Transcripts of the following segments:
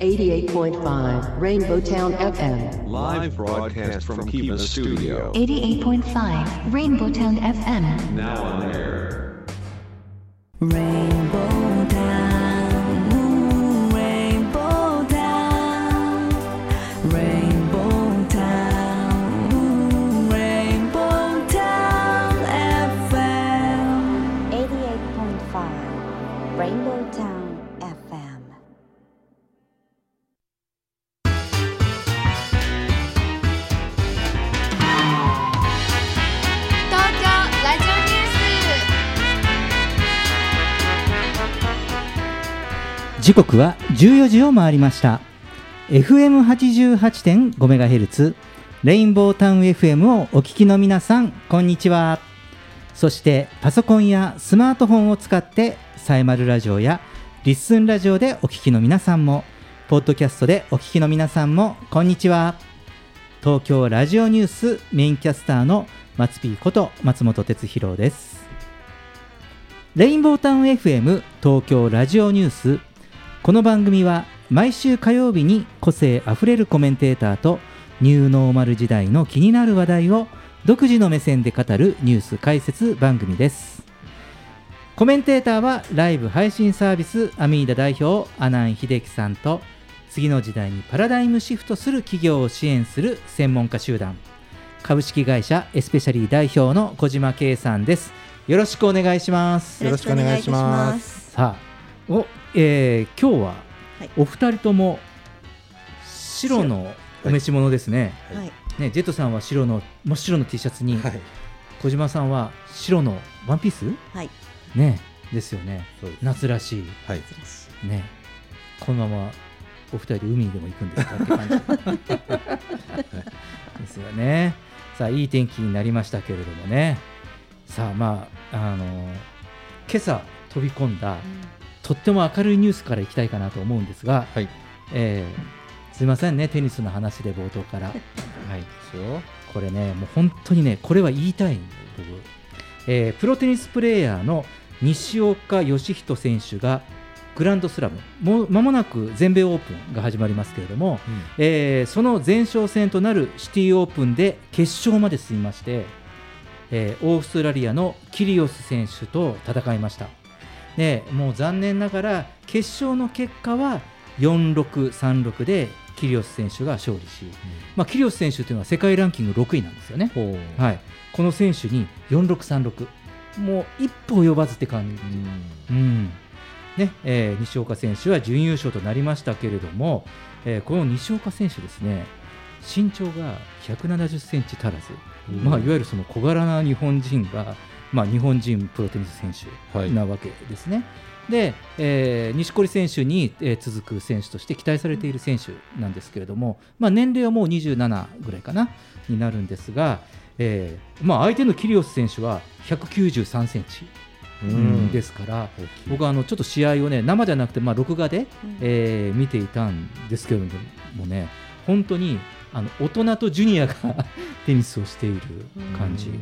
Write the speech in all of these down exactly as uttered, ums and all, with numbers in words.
eighty-eight point five Rainbow Town エフエム Live broadcast from Kiva's studio. eighty-eight point five Rainbow Town エフエム Now on air. Rainbow Town, Rainbow Town, Rainbow Town, Rainbow Town エフエム eighty-eight point five Rainbow Town エフエム。 東京ラジオニュース。 時刻はじゅうよじを回りました。 エフエムはちじゅうはちてんごメガヘルツ レインボータウン エフエム をお聞きの皆さん、こんにちは。そしてパソコンやスマートフォンを使ってサイマルラジオやリッスンラジオでお聞きの皆さんも、ポッドキャストでお聞きの皆さんも、こんにちは。東京ラジオニュースメインキャスターの松 P こと松本哲弘です。レインボータウン エフエム 東京ラジオニュース、この番組は毎週火曜日に個性あふれるコメンテーターとニューノーマル時代の気になる話題を独自の目線で語るニュース解説番組です。コメンテーターはライブ配信サービスアミーダ代表阿南秀樹さんと、次の時代にパラダイムシフトする企業を支援する専門家集団株式会社エスペシャリー代表の小島圭さんです。よろしくお願いします。 よろしくお願いします。 さあ、お、えー、今日はお二人とも白のお召し物ですね。 はいはいね、ジェットさんは白の真っ白の T シャツに、はい、小島さんは白のワンピース、はいね、ですよね。夏らしい、はいね、このままお二人で海にでも行くんですかって感じですよね。さあ、いい天気になりましたけれどもね。さあ、まああのー、今朝飛び込んだ、うん、とっても明るいニュースからいきたいかなと思うんですが、はいえー、すいませんね、テニスの話で冒頭から、はい、これね、もう本当にね、これは言いたいんだ僕、えー、プロテニスプレーヤーの西岡良仁選手がグランドスラム、もう間もなく全米オープンが始まりますけれども、うんえー、その前哨戦となるシティオープンで決勝まで進みまして、えー、オーストラリアのキリオス選手と戦いました。でもう残念ながら決勝の結果はよんろくさんろくでキリオス選手が勝利し、うんまあ、キリオス選手というのは世界ランキングろくいなんですよね、はい、この選手によんろくさんろく、もう一歩及ばずって感じ、うんうんねえー、西岡選手は準優勝となりましたけれども、えー、この西岡選手ですね、身長がひゃくななじゅっセンチ足らず、うんまあ、いわゆるその小柄な日本人が、まあ、日本人プロテニス選手なわけですね、はい、で、えー、錦織選手に、えー、続く選手として期待されている選手なんですけれども、まあ、年齢はもうにじゅうななぐらいかなになるんですが、えーまあ、相手のキリオス選手はひゃくきゅうじゅうさんセンチうん、ですから僕はあのちょっと試合をね生じゃなくてまあ録画で、うんえー、見ていたんですけれどもね、本当にあの大人とジュニアがテニスをしている感じ、うんうん、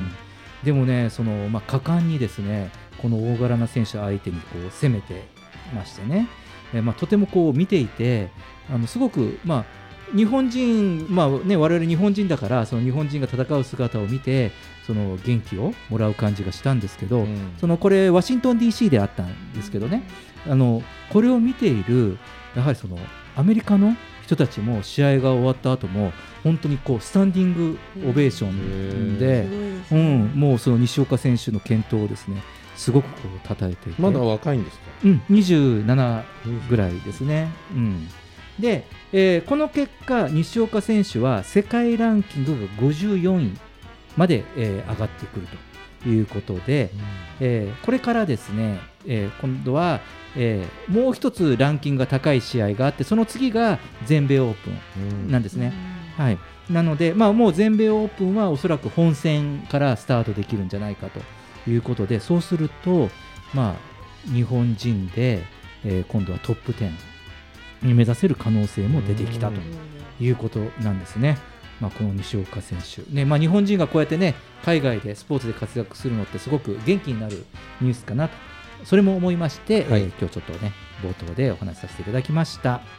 でもねその、まあ、果敢にですねこの大柄な選手相手にこう攻めてましてね、えーまあ、とてもこう見ていてあのすごくまあ日本人、まあね、我々日本人だからその日本人が戦う姿を見てその元気をもらう感じがしたんですけど、うん、そのこれワシントン ディーシー であったんですけどね、あのこれを見ているやはりそのアメリカの人たちも試合が終わった後も本当にこうスタンディングオベーションで、うん、もうその西岡選手の健闘をですねすごくこう称えていて、 まだ若いんですか？ うん、にじゅうななぐらいですね、うん、で、えー、この結果西岡選手は世界ランキングがごじゅうよんいまで、えー、上がってくるということで、うんえー、これからですね、えー、今度は、えー、もう一つランキングが高い試合があって、その次が全米オープンなんですね、うんはい、なので、まあ、もう全米オープンはおそらく本戦からスタートできるんじゃないかということで、そうすると、まあ、日本人で、えー、今度はトップじゅうに目指せる可能性も出てきたということなんですね。まあ、この西岡選手、ねまあ、日本人がこうやってね海外でスポーツで活躍するのってすごく元気になるニュースかなと、それも思いまして、はいえー、今日ちょっとね冒頭でお話しさせていただきました。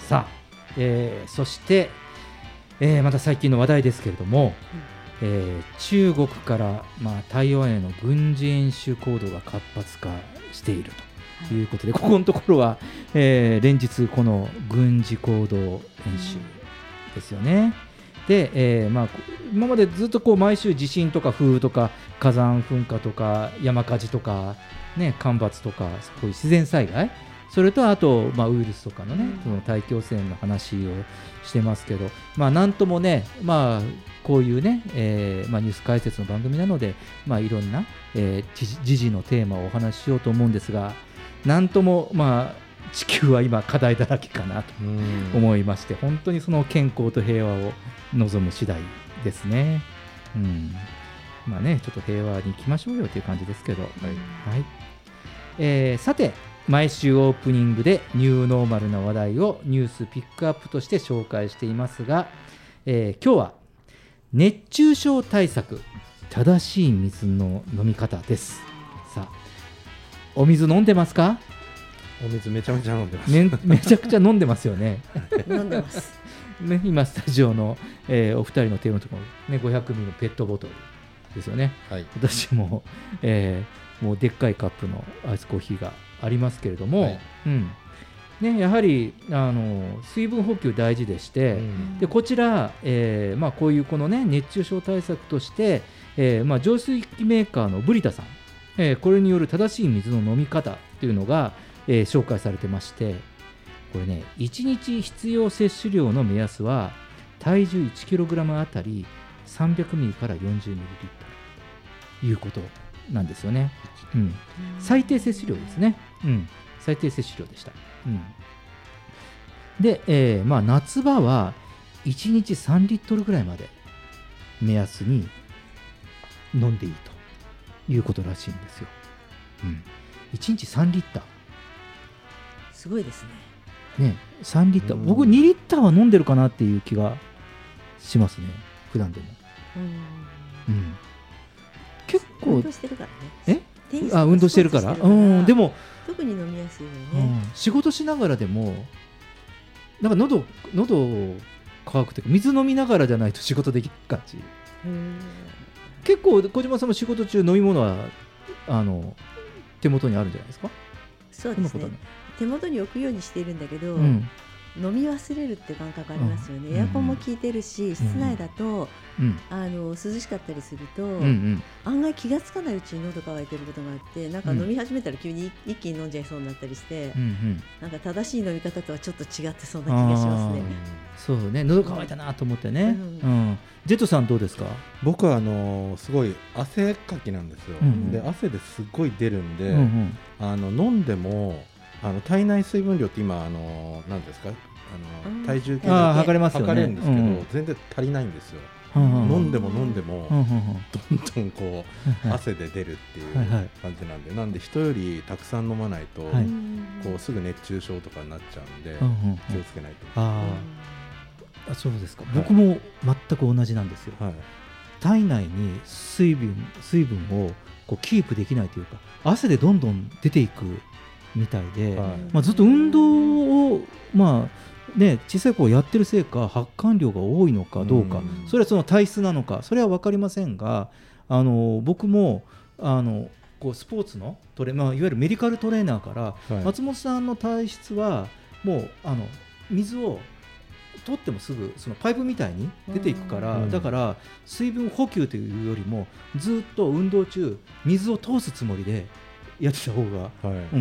さあ、えー、そして、えー、また最近の話題ですけれども、うんえー、中国から、まあ、台湾への軍事演習行動が活発化しているということで、はい、ここのところは、えー、連日この軍事行動演習ですよね。で、えーまあ、今までずっとこう毎週地震とか風雨とか火山噴火とか山火事とか、ね、干ばつとかこういう自然災害、それとあと、まあ、ウイルスとかのね、その大気汚染の話をしてますけど、まあ、なんともね、まあ、こういうね、えーまあ、ニュース解説の番組なので、まあ、いろんな、えー、時事のテーマをお話ししようと思うんですが、なんとも、まあ、地球は今課題だらけかなと思いまして、本当にその健康と平和を望む次第ですね。うんまあね、ちょっと平和に行きましょうよという感じですけど、はいはいえー、さて毎週オープニングでニューノーマルな話題をニュースピックアップとして紹介していますが、えー、今日は熱中症対策、正しい水の飲み方です。さあ、お水飲んでますか？ お水めちゃめちゃ飲んでます、 ね、めちゃくちゃ飲んでますよね飲んでますね、今スタジオの、えー、お二人の手のところ、ね、ごひゃくミリのペットボトルですよね、はい、私も、えー、もうでっかいカップのアイスコーヒーがありますけれども、はいうんね、やはりあの水分補給大事でして、うん、でこちら、えーまあ、こういうこの、ね、熱中症対策として、えーまあ、浄水器メーカーのブリタさん、えー、これによる正しい水の飲み方というのが、えー、紹介されてまして、これね、いちにち必要摂取量の目安は体重 いちキログラム あたりさんびゃくミリからよんじゅうミリリットルということなんですよね、うん、最低摂取量ですね、うん、最低摂取量でした、うん、で、えーまあ、夏場はいちにちさんリットルぐらいまで目安に飲んでいいということらしいんですよ、うん、いちにちさんリッターすごいですね。ね、さんリッター、僕にリッターは飲んでるかなっていう気がしますね、普段でも。うん、うん、結構運動してるからね。 え？あ、運動してるから。うん、でも特に飲みやすいよね、 うん。仕事しながらでも、なんか喉喉乾くというか、水飲みながらじゃないと仕事できる感じ。うん結構小島さんも仕事中飲み物はあの手元にあるんじゃないですか？ そうですね。手元に置くようにしているんだけど、うん、飲み忘れるって感覚ありますよね、うん、エアコンも効いてるし、うん、室内だと、うん、あの涼しかったりすると、うんうん、案外気がつかないうちに喉乾いてることがあって、なんか飲み始めたら急に一気に飲んじゃいそうになったりして、うんうん、なんか正しい飲み方とはちょっと違ってそうな気がしますね。 そうね、喉乾いたなと思ってね、うんうん、ジェットさんどうですか？ 僕はあのすごい汗かきなんですよ、うんうん、で汗ですごい出るんで、うんうん、あの飲んでもあの体内水分量って今あの何ですか、あの体重計で測れますよね、 測れるんですけど、うん、全然足りないんですよ、うんうん、飲んでも飲んでも、うんうん、どんどんこう汗で出るっていう感じなんで、なんで人よりたくさん飲まないと、はい、こうすぐ熱中症とかになっちゃうんで、うんうん、気をつけないと。ああ、そうですか、はい、僕も全く同じなんですよ、はい、体内に水分、水分をこうキープできないというか、汗でどんどん出ていくみたいで、はい、まあ、ずっと運動を、まあね、小さい頃やってるせいか発汗量が多いのかどうか、うん、それはその体質なのかそれは分かりませんが、あの僕もあのこうスポーツのトレ、まあ、いわゆるメディカルトレーナーから、はい、松本さんの体質はもうあの水を取ってもすぐそのパイプみたいに出ていくから、うん、だから水分補給というよりもずっと運動中水を通すつもりでやってた方が、はいうん、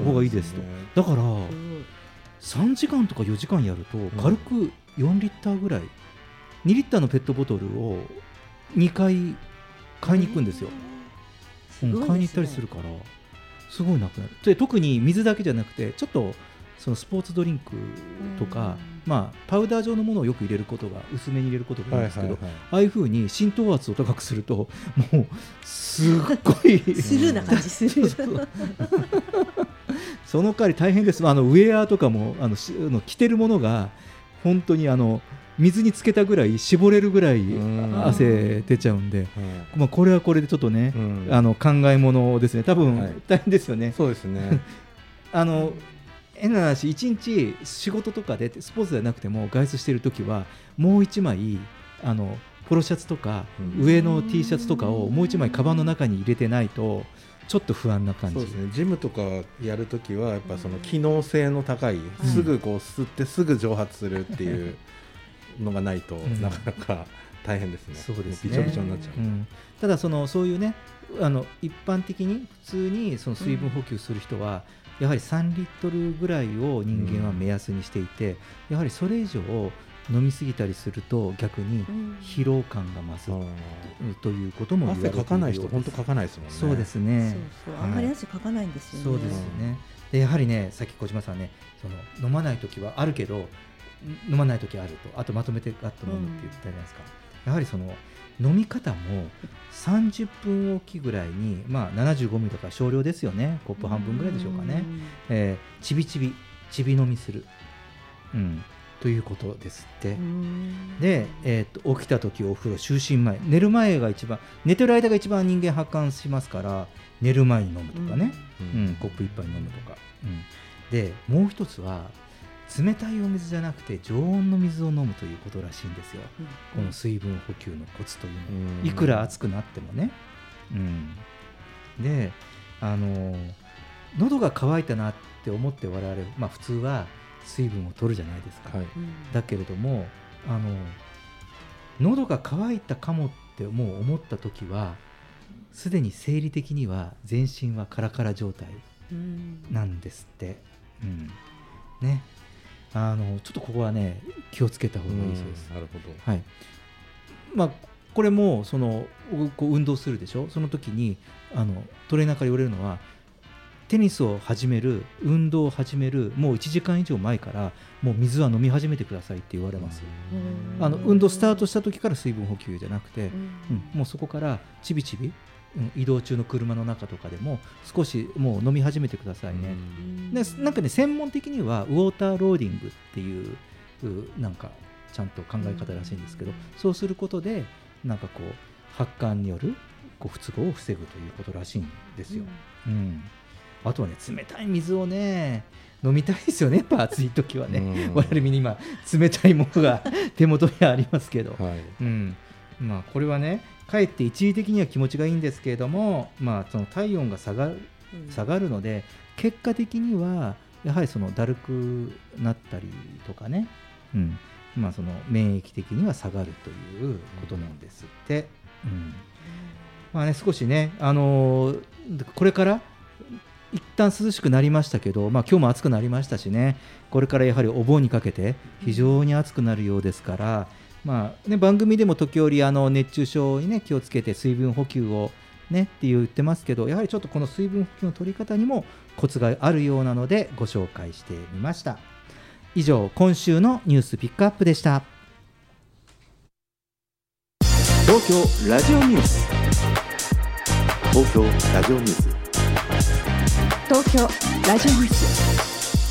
方がいいですと。だからさんじかんとかよじかんやると軽くよんリッターぐらい、にリッターのペットボトルをにかい買いに行くんですよ、えーすごいですね、うん、買いに行ったりするからすごいなくなる。で特に水だけじゃなくてちょっとそのスポーツドリンクとか、まあ、パウダー状のものをよく入れることが薄めに入れることが多いんですけど、はいはいはい、ああいう風に浸透圧を高くするともうすっごいスルーな感じするそうそうその代わり大変です。あのウェアとかもあのしの着てるものが本当にあの水につけたぐらい絞れるぐらい汗出ちゃうんで、まあ、これはこれでちょっとね、あの考えものですね。多分大変ですよね、 はい、そうですねあの変な話いちにち仕事とかでスポーツではなくても外出しているときはもういちまいあのポロシャツとか、うん、上の T シャツとかをもういちまいカバンの中に入れてないとちょっと不安な感じ。 そうですね、ジムとかやるときはやっぱその機能性の高い、うん、すぐこう吸ってすぐ蒸発するっていうのがないと、うん、なかなか大変ですね。 そうですね、 びちょびちょになっちゃう、うん、 ただそのそういうねあの一般的に普通にその水分補給する人は、うん、やはりさんリットルぐらいを人間は目安にしていて、うん、やはりそれ以上飲みすぎたりすると逆に疲労感が増す、うん、ということも言われているようです。 汗かかない人本当かかないですもんね。 そうですね、 そうそう、あんまり汗かかないんですよね。 そうですよね。でやはりね、さっき小島さんね、その飲まないときはあるけど飲まないときあると、あとまとめてガッと飲むって言ったじゃないですか、うん、やはりその飲み方もさんじゅっぷんおきぐらいに、まあ、ななじゅうごミリとか少量ですよね、コップ半分ぐらいでしょうかね、えー、ちびちびちび飲みする、うん、ということですって。で、えー、と起きたときお風呂、就寝前、寝る前が一番、寝てる間が一番人間発汗しますから、寝る前に飲むとかね、うんうん、コップ一杯飲むとか、うん、でもう一つは冷たいお水じゃなくて常温の水を飲むということらしいんですよ、うん、この水分補給のコツというのは、うん、いくら暑くなってもね、うん、であの喉が渇いたなって思って我々、まあ、普通は水分を取るじゃないですか、はい、だけれどもあの喉が渇いたかもってもう思った時はすでに生理的には全身はカラカラ状態なんですって、うんね、あのちょっとここはね気をつけた方がいいそうです。 なるほど、 はい、まあ、これもそのこう運動するでしょ、その時にあのトレーナーから言われるのはテニスを始める運動を始めるもういちじかん以上前からもう水は飲み始めてくださいって言われます。あの運動スタートした時から水分補給じゃなくて、うん、もうそこからちびちび、うん、移動中の車の中とかでも少しもう飲み始めてくださいね。でなんかね専門的にはウォーターローディングっていうなんかちゃんと考え方らしいんですけど、そうすることでなんかこう発汗によるこう不都合を防ぐということらしいんですよ、うんうん、あとはね冷たい水をね飲みたいですよね、やっぱ暑い時はね、うん、我々みんな今冷たいものが手元にありますけど、はい、うん、まあ、これはねかえって一時的には気持ちがいいんですけれども、まあ、その体温が下がる、下がるので結果的にはやはりそのだるくなったりとかね、うん、まあ、その免疫的には下がるということなんですって、うんうん、まあね、少しね、あのー、これから一旦涼しくなりましたけど、まあ、今日も暑くなりましたしね、これからやはりお盆にかけて非常に暑くなるようですから、まあね、番組でも時折あの熱中症に、ね、気をつけて水分補給を、ね、って言ってますけど、やはりちょっとこの水分補給の取り方にもコツがあるようなのでご紹介してみました。以上、今週のニュースピックアップでした。 東京ラジオニュース、東京ラジオニュース、 東京ラジオニュース。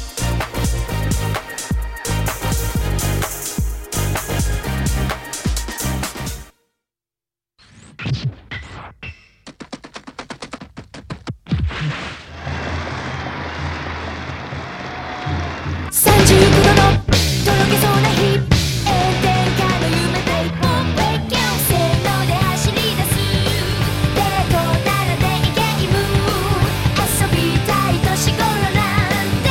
さんじゅうきゅうどのとろけそうな日、炎天下の夢で一本ブレイキャン、せーので走り出す、抵抗ならでゲーム、遊びたい年頃なんて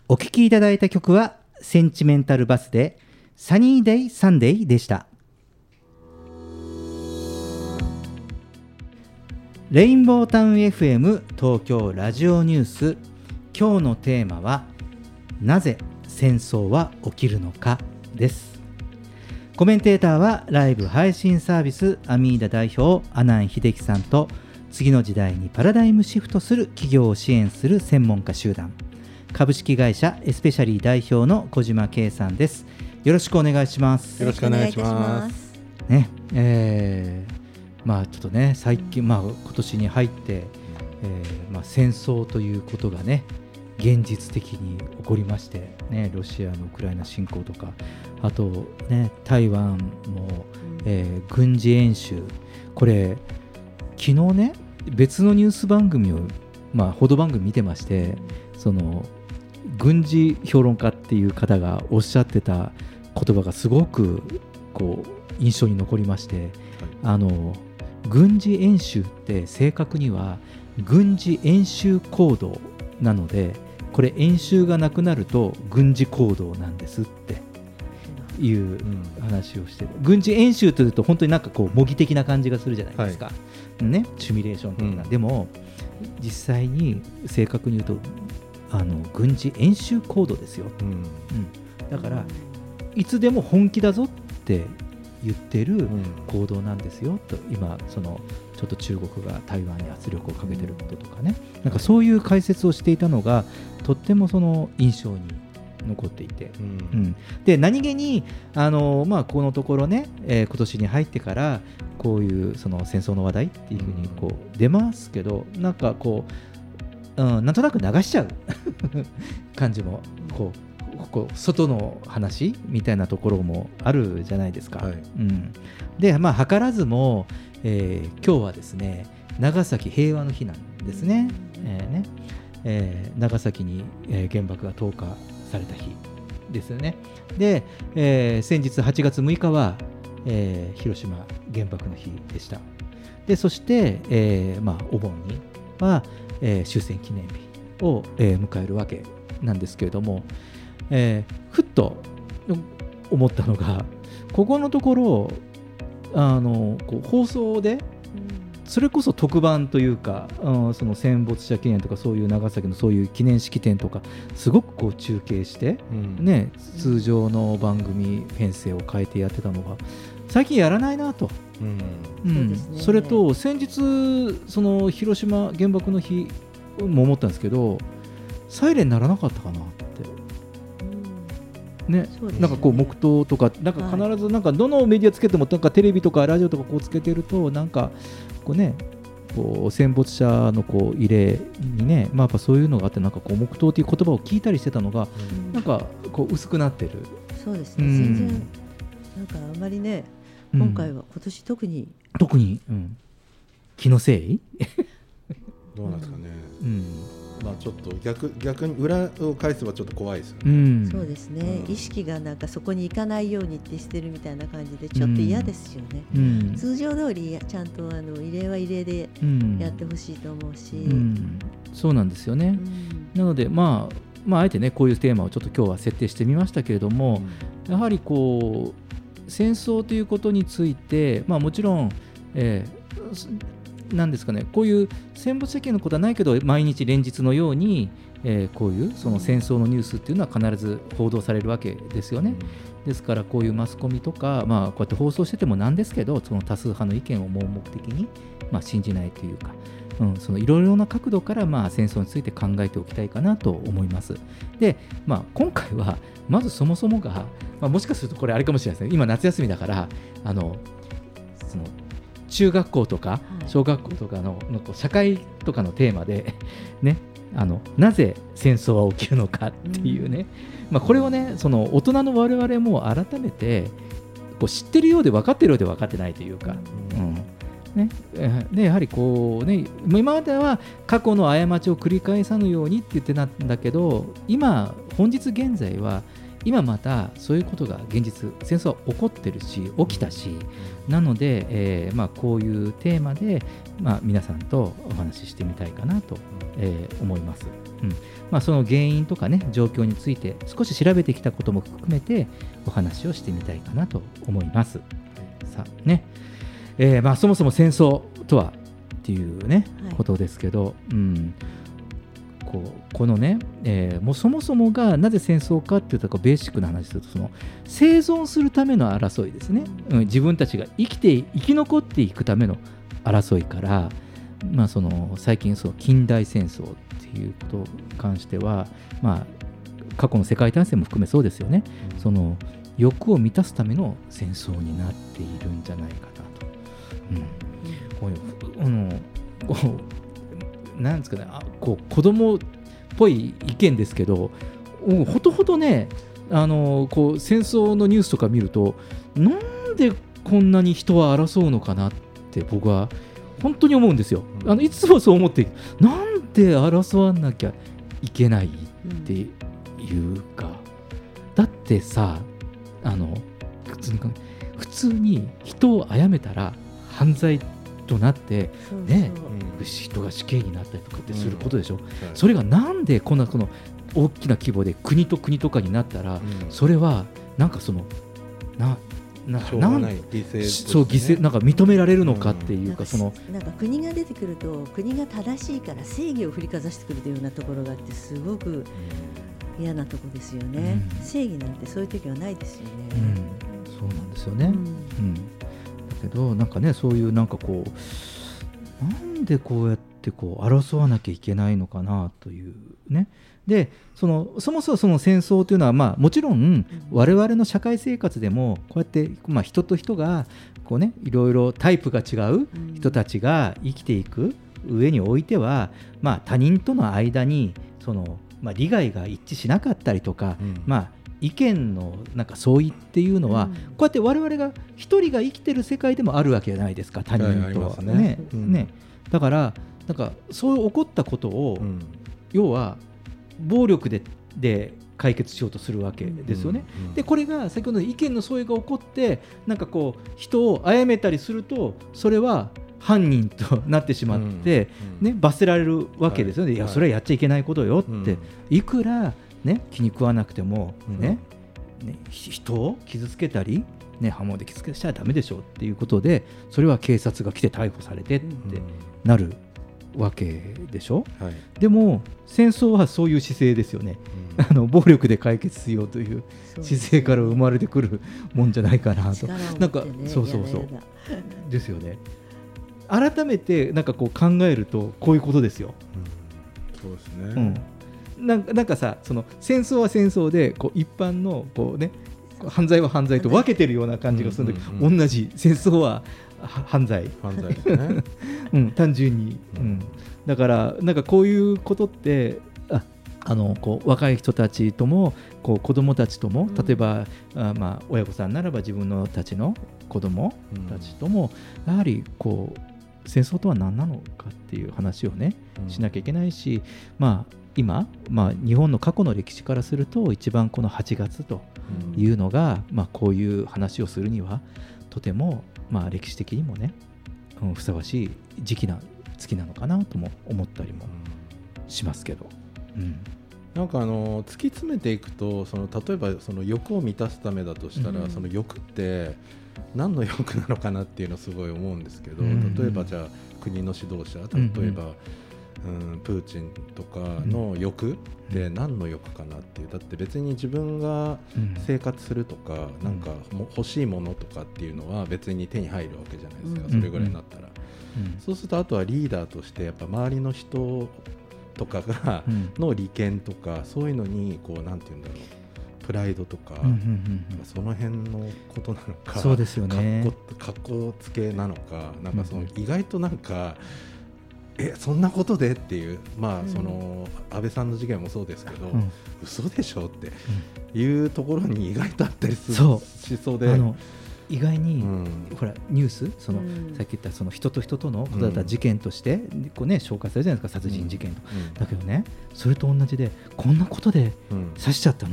お聴きいただいた曲はセンチメンタルバスでサニーデイサンデイでした。レインボータウン エフエム 東京ラジオニュース、今日のテーマはなぜ戦争は起きるのかです。コメンテーターはライブ配信サービスアミーダ代表阿南秀樹さんと、次の時代にパラダイムシフトする企業を支援する専門家集団株式会社エスペシャリー代表の小島圭さんです。よろしくお願いします。 よろしくお願いしますね。えーまあちょっとね最近、まあ、今年に入って、えーまあ、戦争ということがね現実的に起こりまして、ね、ロシアのウクライナ侵攻とか、あと、ね、台湾も、えー、軍事演習、これ昨日ね別のニュース番組を、まあ、報道番組見てまして、その軍事評論家っていう方がおっしゃってた言葉がすごくこう印象に残りまして、はい、あの軍事演習って正確には軍事演習行動なので、これ演習がなくなると軍事行動なんですっていう話をしてる、うん、軍事演習というと本当になんかこう模擬的な感じがするじゃないですか、はいね、シミュレーションとか、うん、でも実際に正確に言うとあの軍事演習行動ですよ、うんうん、だからいつでも本気だぞって言ってる行動なんですよ、うん、と今そのちょっと中国が台湾に圧力をかけてることとかね、なんかそういう解説をしていたのがとってもその印象に残っていて、うんうん、で何気にあの、まあ、このところね、えー、今年に入ってからこういうその戦争の話題っていうふうにこう出ますけど、なんかこう、うん、なんとなく流しちゃう感じもこうここ外の話みたいなところもあるじゃないですか、はい、うん、で、まあ、図らずも、えー、今日はですね長崎平和の日なんですね、えーねえー、長崎に、えー、原爆が投下された日ですよね。で、えー、先日はちがつむいかは、えー、広島原爆の日でした。でそして、えーまあ、お盆には、えー、終戦記念日を、えー、迎えるわけなんですけれども、えー、ふっと思ったのがここのところあのこう放送でそれこそ特番というか、うん、その戦没者記念とかそういう長崎のそういう記念式典とかすごくこう中継して、うんね、通常の番組編成を変えてやってたのが最近やらないなと、うんうん、 そ, ね、それと先日その広島原爆の日も思ったんですけどサイレン鳴らなかったかなってね、なんかこう黙祷とかなんか必ずなんかどのメディアつけてもなんかテレビとかラジオとかこうつけてるとなんかこうねこう戦没者のこう慰霊にね、まあ、やっぱそういうのがあってなんかこう黙祷という言葉を聞いたりしてたのが、うん、なんかこう薄くなってる。 そうですね、うん、全然なんかあんまりね今回は今年特に、 うん、特に、うん、気のせいどうなんですかね、 うんまあ、ちょっと 逆, 逆に裏を返せばちょっと怖いですよね、 うん、そうですね、うん、意識がなんかそこに行かないようにってしてるみたいな感じでちょっと嫌ですよね、うん、通常通りちゃんとあの慰霊は慰霊でやってほしいと思うし、うんうん、 そうなんですよね、うん、なので、まあ、まああえてねこういうテーマをちょっと今日は設定してみましたけれども、うん、やはりこう戦争ということについて、まあ、もちろん、えーなんですかね、こういう戦没者記念のことはないけど毎日連日のように、えー、こういうその戦争のニュースっていうのは必ず報道されるわけですよね、うん、ですからこういうマスコミとか、まあ、こうやって放送しててもなんですけどその多数派の意見を盲目的に、まあ、信じないというか、うん、そのいろいろな角度から、まあ、戦争について考えておきたいかなと思います。で、まあ、今回はまずそもそもが、まあ、もしかするとこれあれかもしれないですね、今夏休みだからあのその中学校とか小学校とか の, の社会とかのテーマで、ね、あのなぜ戦争は起きるのかっていうね、うんまあ、これをねその大人の我々も改めてこう知ってるようで分かってるようで分かってないというか、うんね、でやはりこう、ね、今までは過去の過ちを繰り返さぬようにって言ってたんだけど今本日現在は今またそういうことが現実戦争は起こってるし起きたし、なので、えーまあ、こういうテーマで、まあ、皆さんとお話ししてみたいかなと、えー、思います、うんまあ、その原因とかね状況について少し調べてきたことも含めてお話をしてみたいかなと思います。さあね、えーまあ、そもそも戦争とはっていうね、はい、ことですけど、うんこうこのね、えー、もうそもそもがなぜ戦争かっていうとベーシックな話するとその生存するための争いですね、うん、自分たちが生きて生き残っていくための争いから、まあ、その最近その近代戦争っていうことに関しては、まあ、過去の世界大戦も含めそうですよね、その欲を満たすための戦争になっているんじゃないかなと、うん、こういうあのこうなんですかね、あこう子供っぽい意見ですけど、ほとほとねあのこう戦争のニュースとか見るとなんでこんなに人は争うのかなって僕は本当に思うんですよ。あのいつもそう思ってなんで争わなきゃいけないっていうか、うん、だってさあの普通に普通に人を殺めたら犯罪となってね、人が死刑になったりとかってすることでしょ、うんはい、それがなんでこんなこの大きな規模で国と国とかになったら、うん、それはなんかそのななしょうがない犠牲、ね、 そう犠牲なんか認められるのかっていうか、うん、そのなんか国が出てくると国が正しいから正義を振りかざしてくるというようなところがあってすごく嫌なところですよね、うん、正義なんてそういう時はないですよね、 うん、そうなんですよね、うんうんけどなんかねそういうなんかこうなんでこうやってこう争わなきゃいけないのかなというね。でそのそもそもその戦争というのは、まあ、もちろん我々の社会生活でもこうやって、まあ、人と人がこう、ね、いろいろタイプが違う人たちが生きていく上においては、まあ、他人との間にその、まあ、利害が一致しなかったりとか、うん、まあ意見のなんか相違っていうのは、うん、こうやって我々が一人が生きてる世界でもあるわけじゃないですか、他人とは、ねねうんね、だからなんかそう起こったことを、うん、要は暴力で、で解決しようとするわけですよね、うんうん、でこれが先ほどの意見の相違が起こってなんかこう人を殺めたりするとそれは犯人となってしまって、うんうんね、罰せられるわけですよね、はい、いやそれはやっちゃいけないことよって、はい、いくらね、気に食わなくても、ねうんね、人を傷つけたり、ね、刃物で傷つけちゃダメでしょっていうことでそれは警察が来て逮捕されてってなるわけでしょ、うんはい、でも戦争はそういう姿勢ですよね、うん、あの暴力で解決しようという姿勢から生まれてくるもんじゃないかなと、 ね、 なんかそうそうそうですよね。改めてなんかこう考えるとこういうことですよ、 うん、そうですね、 うんなんか、なんかさその戦争は戦争でこう一般のこう、ね、犯罪は犯罪と分けてるような感じがするんだけど、うんうんうん、同じ戦争は犯罪、 犯罪ですねうん、単純に、うん、だからなんかこういうことってああのこう若い人たちともこう子どもたちとも例えば、うんあまあ、親御さんならば自分のたちの子どもたちとも、うん、やはりこう戦争とは何なのかっていう話をね、うん、しなきゃいけないし、まあ今、まあ、日本の過去の歴史からすると一番このはちがつというのが、うんまあ、こういう話をするにはとても、まあ、歴史的にもね、うん、ふさわしい時期な月なのかなとも思ったりもしますけど、うん、 なんかあの突き詰めていくとその例えばその欲を満たすためだとしたら、うん、その欲って何の欲なのかなっていうのをすごい思うんですけど、うん、例えばじゃあ国の指導者例えば、うんうん、プーチンとかの欲って何の欲かなっていうだって別に自分が生活するとか、うん、なんかも欲しいものとかっていうのは別に手に入るわけじゃないですか、うん、それぐらいになったら、うん、そうするとあとはリーダーとしてやっぱ周りの人とかが、うん、の利権とかそういうのにこうなんていうんだろうプライドとか、うんうんうん、その辺のことなのかそうですよねかっこつけなのかなんかその意外となんかえそんなことでっていう、まあその安倍さんの事件もそうですけど、うん、嘘でしょっていうところに意外とあったりするしそうで、あの意外に、うん、ほらニュースその、うん、さっき言ったその人と人とのことだったら事件としてこう、ね、紹介されるじゃないですか殺人事件と、うん、だけどねそれと同じでこんなことで刺しちゃったのっ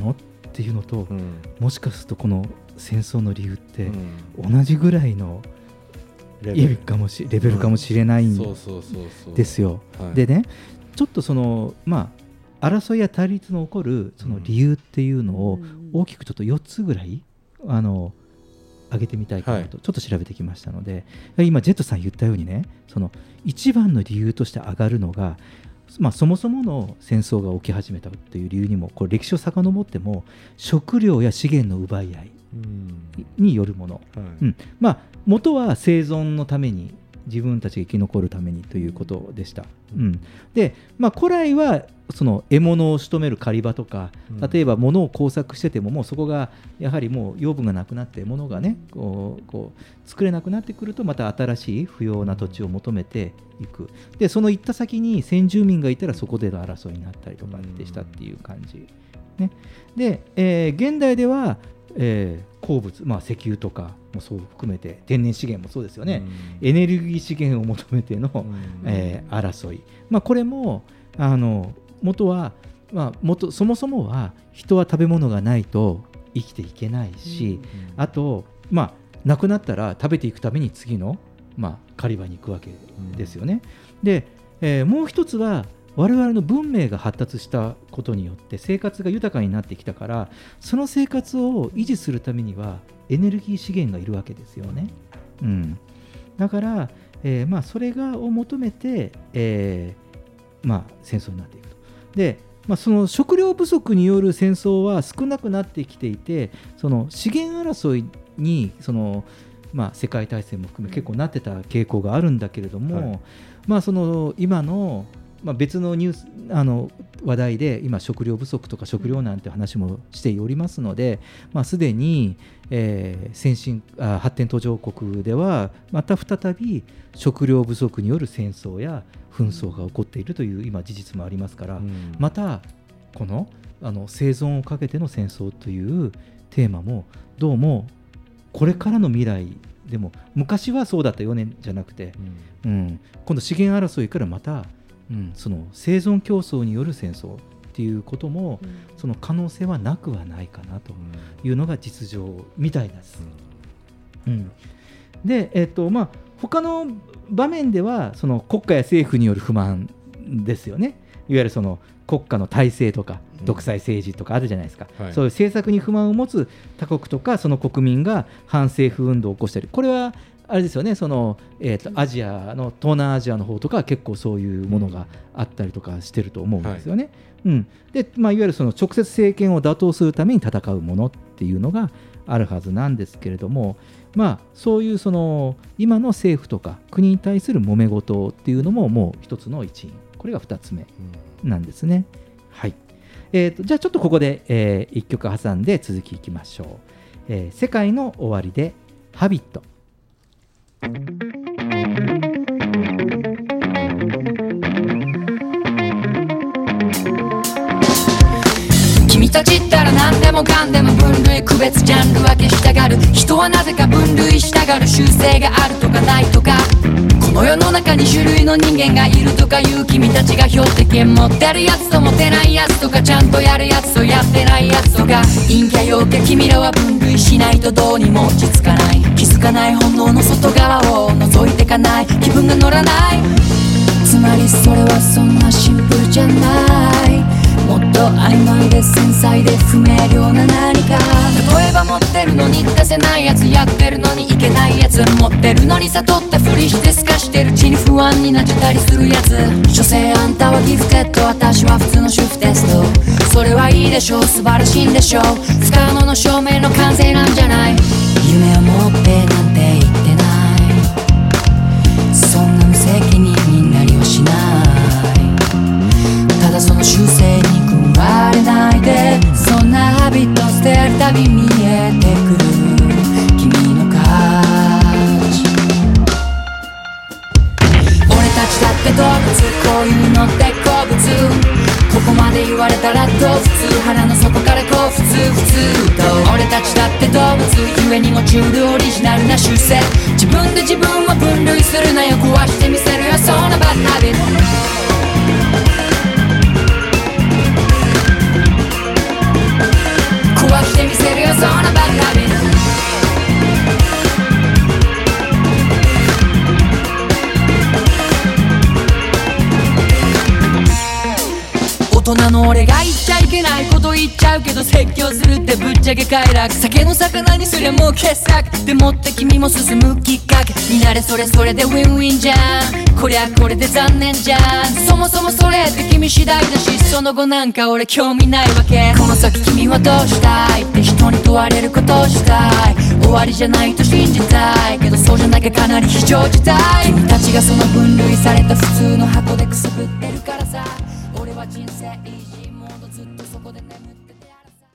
っていうのと、うん、もしかするとこの戦争の理由って同じぐらいのレベルかもし、レベルかもしれないんですよ。でね、ちょっとそのまあ争いや対立の起こるその理由っていうのを大きくちょっとよっつぐらいあの挙げてみたいかなとちょっと調べてきましたので、はい、今ジェットさん言ったようにね、その一番の理由として上がるのが、まあ、そもそもの戦争が起き始めたという理由にもこれ歴史を遡っても食料や資源の奪い合いによるもの、はい、うん、まあ、元は生存のために自分たちが生き残るためにということでした、うん、で、まあ、古来はその獲物を仕留める狩り場とか、例えば物を工作しててももうそこがやはりもう養分がなくなって物がねこうこう作れなくなってくるとまた新しい不要な土地を求めていく。でその行った先に先住民がいたらそこでの争いになったりとかでしたっていう感じ、ね、で、えー、現代では、えー、鉱物、まあ、石油とかもそう含めて天然資源もそうですよね、エネルギー資源を求めての、えー、争い、まあ、これもあの元は、まあ、元そもそもは人は食べ物がないと生きていけないし、うんうん、あと、まあ、亡くなったら食べていくために次の、まあ、狩り場に行くわけですよね、うん、で、えー、もう一つは我々の文明が発達したことによって生活が豊かになってきたから、その生活を維持するためにはエネルギー資源がいるわけですよね、うん、だから、えーまあ、それがを求めて、えーまあ、戦争になっていくと。で、まあ、その食料不足による戦争は少なくなってきていて、その資源争いにその、まあ、世界大戦も含め結構なってた傾向があるんだけれども、はい、まあ、その今の、まあ、別のニュースあの話題で今食料不足とか食料なんて話もしておりますので、まあ、すでに、えー、先進あ発展途上国ではまた再び食料不足による戦争や紛争が起こっているという今事実もありますから、うん、またこの、あの生存をかけての戦争というテーマもどうもこれからの未来でも昔はそうだったよねじゃなくて、うんうん、今度資源争いからまた、うん、その生存競争による戦争っていうことも、うん、その可能性はなくはないかなというのが実情みたいです、うんうん、で、えっとまあ、他の場面ではその国家や政府による不満ですよね。いわゆるその国家の体制とか独裁政治とかあるじゃないですか、うん、はい、そういう政策に不満を持つ他国とかその国民が反政府運動を起こしたり、これはあれですよね、その、えーと、アジアの東南アジアの方とかは結構そういうものがあったりとかしてると思うんですよね、はい、うん、で、まあ、いわゆるその直接政権を打倒するために戦うものっていうのがあるはずなんですけれども、まあ、そういうその今の政府とか国に対する揉め事っていうのももう一つの一因、これが二つ目なんですね、うん、はい、えーと、じゃあちょっとここで、えー、一曲挟んで続きいきましょう、えー、世界の終わりでハビット。 君たちったら何でもかんでも分類区別ジャンル分けしたがる。人はなぜか分類したがる。習性があるとかないとか、この世の中に種類の人間がいるとかいう君たちが標的持ってるやつと持てないやつとか、ちゃんとやるやつとやってないやつとか、陰キャ陽キャ君らは分類しないとどうにも落ち着かない。気づかない本能の外側を覗いてかない。気分が乗らない。つまりそれはそんなシンプルじゃない。もっと曖昧で繊細で不明瞭な何か。例えば持ってるのに出せないやつ、やってるのにいけないやつ、持ってるのに悟ったふりして透かしてるうちに不安になっちゃったりするやつ。所詮あんたはギフテッド、私は普通の主婦テスト。それはいいでしょう、素晴らしいんでしょう。不可能の証明の完成なんじゃない。夢を持ってなんて言ってない。そんな無責任になりはしない。ただその習性に食われないで、そんなハビット捨てるたび見えてくる君の価値。俺たちだって動物、こういうのって好物。ここまで言われたらどう普通、腹の底からこう普通普通と。俺たちだって動物、ゆえに持ちうるオリジナルな習性。自分で自分を分類するなよ、壊してみせるよそんなバッドハビット。 人の俺が言っちゃいけないこと言っちゃうけど説教するってぶっちゃけ快楽酒の魚にすりゃもう傑作でもって君も進むきっかけになれそれそれでウィンウィンじゃんこりゃこれで残念じゃんそもそもそれって君次第だしその後なんか俺興味ないわけこの先君はどうしたいって人に問われることをしたい終わりじゃないと信じたいけどそうじゃなきゃかなり非常事態君たちがその分類された普通の箱でくすぶってるからさ俺は人生イージーモードずっとそこで眠っててあらさ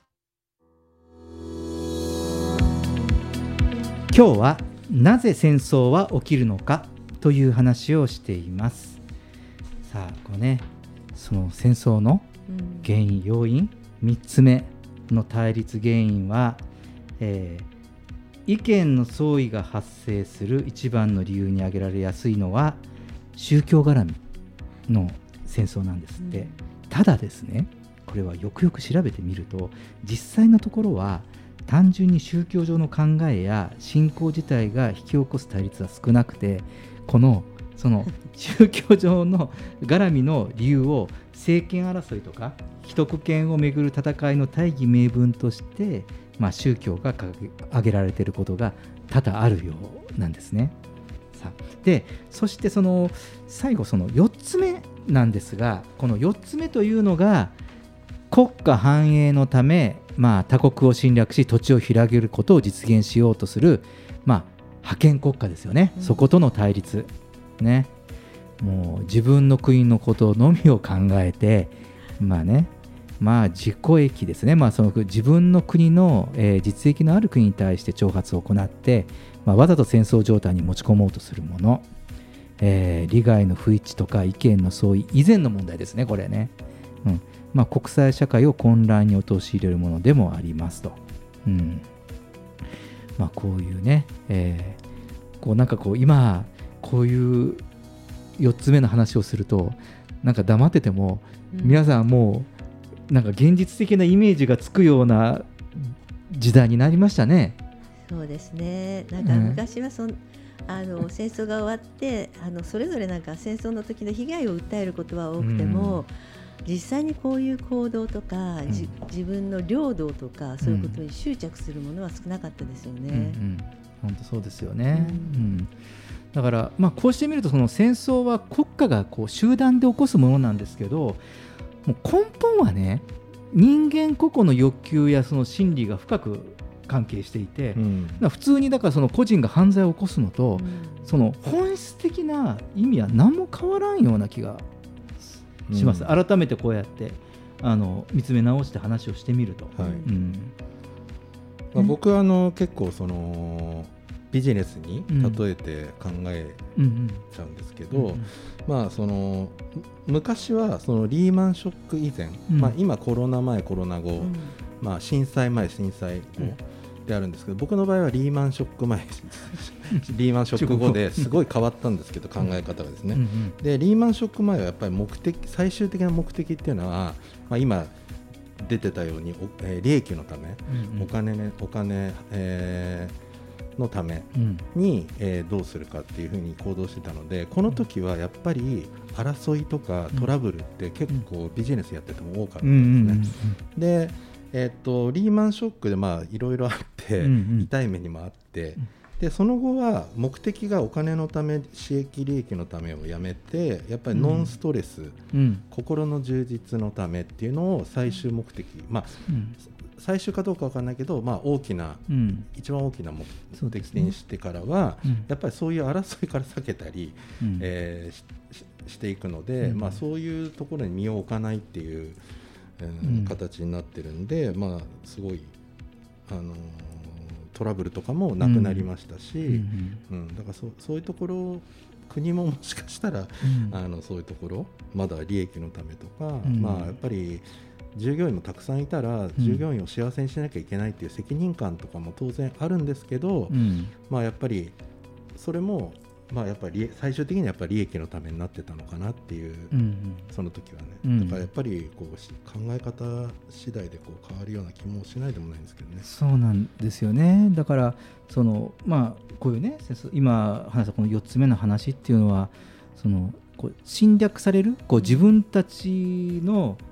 今日はなぜ戦争は起きるのかという話をしています。さあこうねその戦争の原因、うん、要因みっつめの対立原因は、えー、意見の相違が発生する一番の理由に挙げられやすいのは宗教絡みの戦争なんですって、うん、ただですねこれはよくよく調べてみると実際のところは単純に宗教上の考えや信仰自体が引き起こす対立は少なくてこのその宗教上の絡みの理由を政権争いとか既得権をめぐる戦いの大義名分として、まあ、宗教が挙げられていることが多々あるようなんですね。さでそしてその最後そのよっつめなんですがこのよっつめというのが国家繁栄のため、まあ、他国を侵略し土地を広げることを実現しようとする、まあ、覇権国家ですよね、うん、そことの対立ね、もう自分の国のことのみを考えてまあねまあ自己益ですね、まあ、その自分の国の、えー、実益のある国に対して挑発を行って、まあ、わざと戦争状態に持ち込もうとするもの、えー、利害の不一致とか意見の相違以前の問題ですねこれね、うんまあ、国際社会を混乱に陥れるものでもありますと、うんまあ、こういうね、えー、こうなんかこう今こういうよっつめの話をするとなんか黙ってても、うん、皆さんもうなんか現実的なイメージがつくような時代になりましたね。 そうですね。なんか昔はそん、うん、あの戦争が終わってあのそれぞれなんか戦争の時の被害を訴えることは多くても、うん実際にこういう行動とか、うん、自分の領土とかそういうことに執着するものは少なかったですよね。うんうん、 本当そうですよね。うんうん、だから、まあ、こうしてみるとその戦争は国家がこう集団で起こすものなんですけどもう根本はね人間個々の欲求やその心理が深く関係していて、うん、だ普通にだからその個人が犯罪を起こすのと、うん、その本質的な意味は何も変わらんような気がします、うん、改めてこうやってあの見つめ直して話をしてみると、はいうんまあ、僕はあの結構そのビジネスに例えて考えちゃうんですけど、うんうん、まあその昔はそのリーマンショック以前、うんまあ、今コロナ前コロナ後、うんまあ、震災前震災後であるんですけど、僕の場合はリーマンショック前リーマンショック後ですごい変わったんですけど考え方がですね、うんうん、でリーマンショック前はやっぱり目的最終的な目的っていうのは、まあ、今出てたように、えー、利益のため、うんうん、お金ねお金、えー、のために、うんえー、どうするかっていうふうに行動してたのでこの時はやっぱり争いとかトラブルって結構ビジネスやってても多かったんですね、うんうんうん、でえー、とリーマンショックでいろいろあって、うんうん、痛い目にもあって、うん、でその後は目的がお金のため私益利益のためをやめてやっぱりノンストレス、うん、心の充実のためっていうのを最終目的、まあうん、最終かどうか分からないけど、まあ、大きな、うん、一番大きな目的にしてからは、ねうん、やっぱりそういう争いから避けたり、うんえー、し, していくので、うんまあ、そういうところに身を置かないっていううん、形になってるんで、まあ、すごい、あのー、トラブルとかもなくなりましたし、うんうんうん、だから そ, そういうところ国ももしかしたら、うん、あのそういうところまだ利益のためとか、うんまあ、やっぱり従業員もたくさんいたら従業員を幸せにしなきゃいけないっていう責任感とかも当然あるんですけど、うんまあ、やっぱりそれもまあ、やっぱり最終的にはやっぱり利益のためになってたのかなっていう、うんうん、その時はね、うん、だからやっぱりこう考え方次第でこう変わるような気もしないでもないんですけどね。 そうなんですよね。だからその、まあ、こういうね今話したこのよっつめの話っていうのはそのこう侵略されるこう自分たちの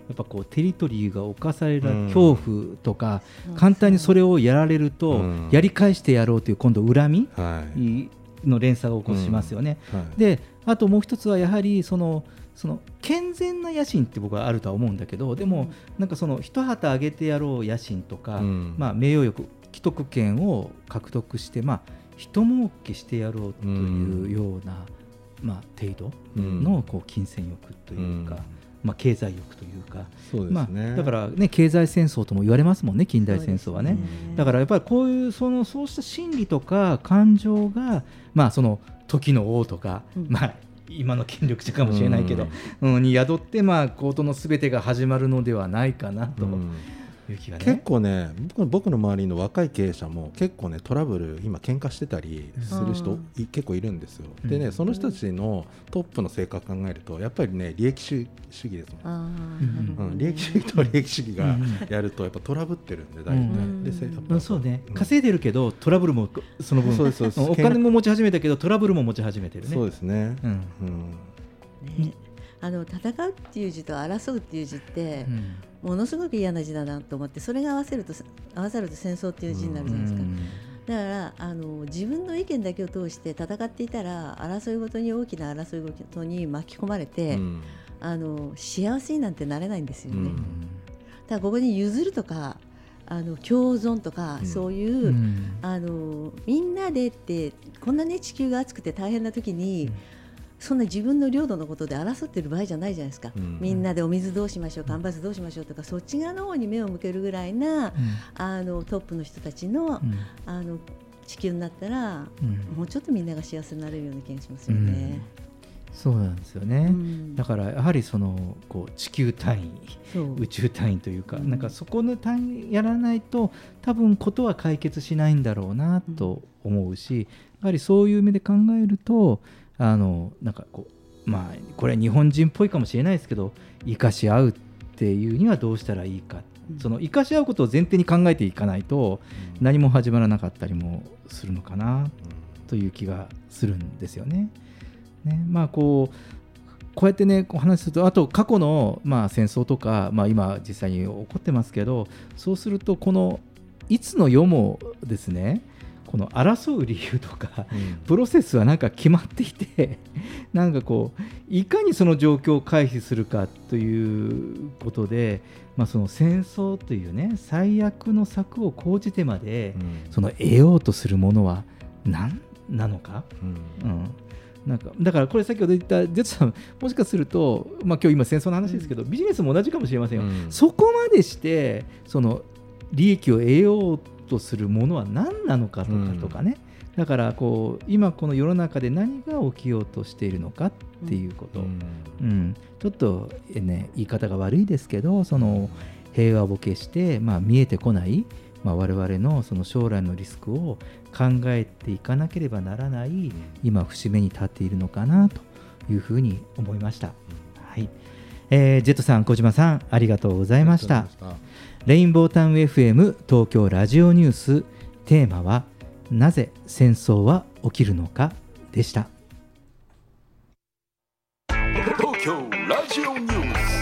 っぱこうテリトリーが侵される恐怖とか、うん、簡単にそれをやられると、うん、やり返してやろうという今度恨みの連鎖を起こしますよね、うんはい、であともう一つはやはりそのその健全な野心って僕はあるとは思うんだけど、でもなんかその一旗あげてやろう野心とか、うんまあ、名誉欲既得権を獲得して、まあ、一儲けしてやろうというような、うんまあ、程度のこう金銭欲というか、うんまあ、経済欲というか、 そうですね、 まあ、だから、ね、経済戦争とも言われますもんね、近代戦争はね。だからやっぱりこういうそのそうした心理とか感情が、まあ、その時の王とか、うんまあ今の権力者かもしれないけど、うんうん、に宿って、まあ、事のすべてが始まるのではないかなという気がね、 結構ね僕、僕の周りの若い経営者も結構ねトラブル今喧嘩してたりする人、うん、結構いるんですよ。でね、その人たちのトップの性格考えるとやっぱりね利益主主義ですもん、うん、利益主義と利益主義がやるとやっぱトラブってるんで大体、うん、でうん、そうね、稼いでるけどトラブルもその分そうですそうです、お金も持ち始めたけどトラブルも持ち始めてるね。 そうですね、うんうんね、あの戦うっていう字と争うっていう字って、うん、ものすごく嫌な字だなと思って、それが合わせると合わさると戦争っていう字になるじゃないですか、うん、だからあの自分の意見だけを通して戦っていたら争いごとに大きな争いごとに巻き込まれて、うん、あの幸せになんてなれないんですよね、うん、だからここに譲るとかあの共存とか、うん、そういう、うん、あのみんなでってこんな、ね、地球が熱くて大変な時に、うん、そんな自分の領土のことで争ってる場合じゃないじゃないですか、うん、みんなでお水どうしましょう、干ばつどうしましょうとか、そっち側の方に目を向けるぐらいな、うん、あのトップの人たちの、うん、あの地球になったら、うん、もうちょっとみんなが幸せになれるような気がしますよね、うんそうなんですよね、うん、だからやはりそのこう地球単位宇宙単位というか、うん、なんかそこの単位やらないと多分ことは解決しないんだろうなと思うし、やはりそういう目で考えるとあのなんかこうまあこれは日本人っぽいかもしれないですけど、生かし合うっていうにはどうしたらいいか、うん、その生かし合うことを前提に考えていかないと何も始まらなかったりもするのかなという気がするんですよね。ねまあ、こうこうやってねこう話すると、あと過去のまあ戦争とか、まあ、今実際に起こってますけど、そうするとこのいつの世もですねこの争う理由とか、うん、プロセスはなんか決まっていてなんかこういかにその状況を回避するかということで、まあ、その戦争というね最悪の策を講じてまで、うん、その得ようとするものは何なのか、うんうんなんかだからこれ先ほど言ったジェットさんもしかすると、まあ、今日今戦争の話ですけど、うん、ビジネスも同じかもしれませんよ、うん、そこまでしてその利益を得ようとするものは何なのかとかとかね、うん、だからこう今この世の中で何が起きようとしているのかっていうこと、うんうん、ちょっと、ね、言い方が悪いですけどその平和ボケして、まあ、見えてこないまあ、我々のその将来のリスクを考えていかなければならない今節目に立っているのかなというふうに思いました、はいえー、ジェットさん小島さんありがとうございました。レインボータウン エフエム 東京ラジオニュース、テーマはなぜ戦争は起きるのかでした。 東京ラジオニュース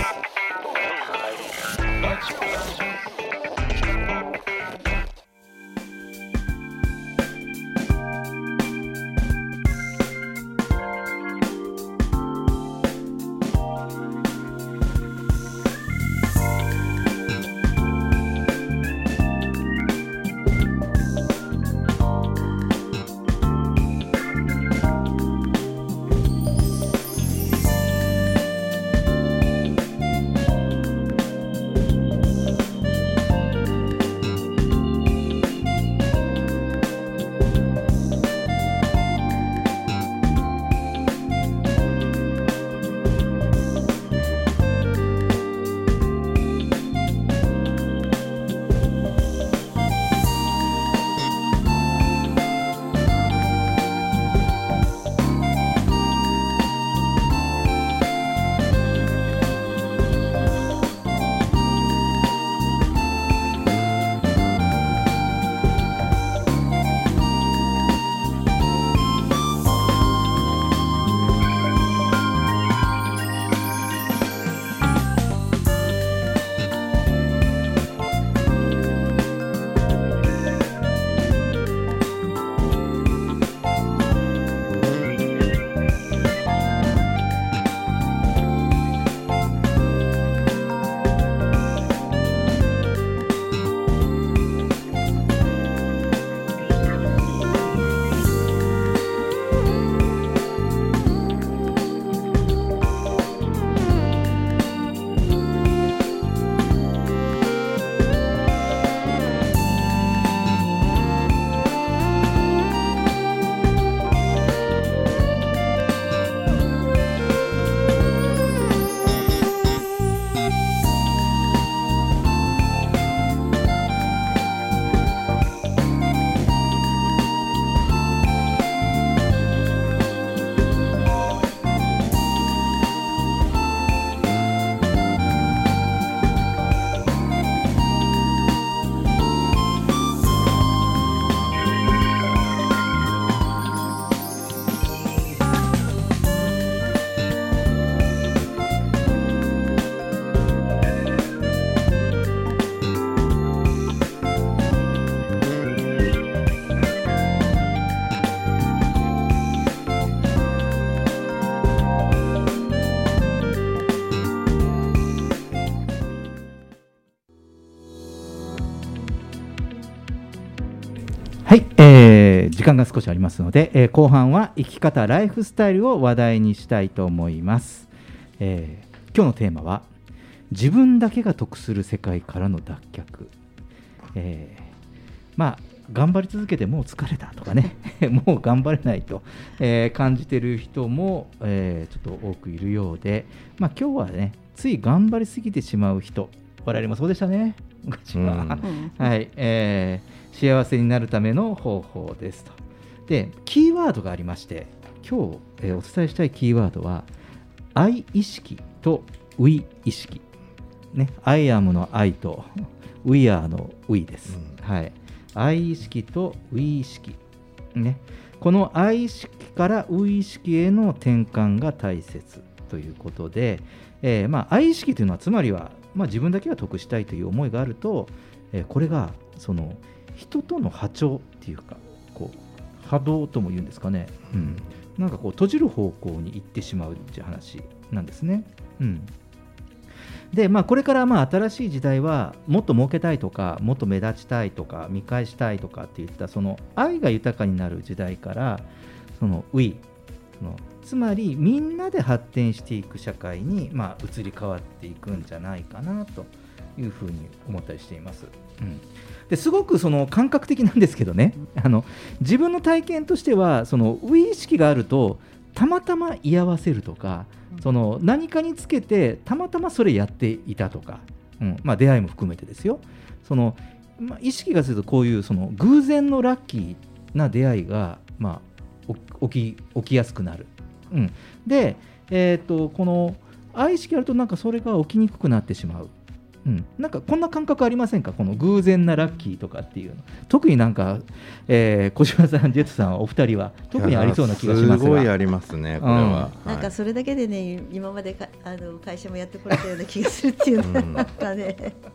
はい、えー、時間が少しありますので、えー、後半は生き方ライフスタイルを話題にしたいと思います、えー、今日のテーマは自分だけが得する世界からの脱却、えー、まあ頑張り続けてもう疲れたとかねもう頑張れないと、えー、感じている人も、えー、ちょっと多くいるようで、まあ、今日はねつい頑張りすぎてしまう人、我々もそうでしたね昔は、うんはいえー、幸せになるための方法ですと。でキーワードがありまして、今日、えー、お伝えしたいキーワードは愛意識と We 意識、ね、I am の I と We are の We です、うんはい愛意識と We 意識、ね、この愛意識から We 意識への転換が大切ということで、えーまあ、愛意識というのはつまりは、まあ、自分だけが得したいという思いがあると、えー、これがその人との波長っていうかこう波動とも言うんですかね、うん、なんかこう閉じる方向に行ってしまうっていう話なんですね、うんでまあ、これからまあ新しい時代はもっと儲けたいとかもっと目立ちたいとか見返したいとかっていったその愛が豊かになる時代からその We そのつまりみんなで発展していく社会にまあ移り変わっていくんじゃないかなというふうに思ったりしています、うん、ですごくその感覚的なんですけどね、あの自分の体験としてはその We 意識があるとたまたま居合わせるとかその何かにつけてたまたまそれやっていたとか、うんまあ、出会いも含めてですよ、その、まあ、意識がするとこういうその偶然のラッキーな出会いが、まあ、起き、起きやすくなる、うん、で、えーと、この愛意識あるとなんかそれが起きにくくなってしまう、うん、なんかこんな感覚ありませんか、この偶然なラッキーとかっていうの。特になんか、えー、小島さん、ジェットさんお二人は特にありそうな気がしますが。 すごいありますねこれは、 うん、なんかそれだけでね今までかあの会社もやってこられたような気がするっていうのがなんかね、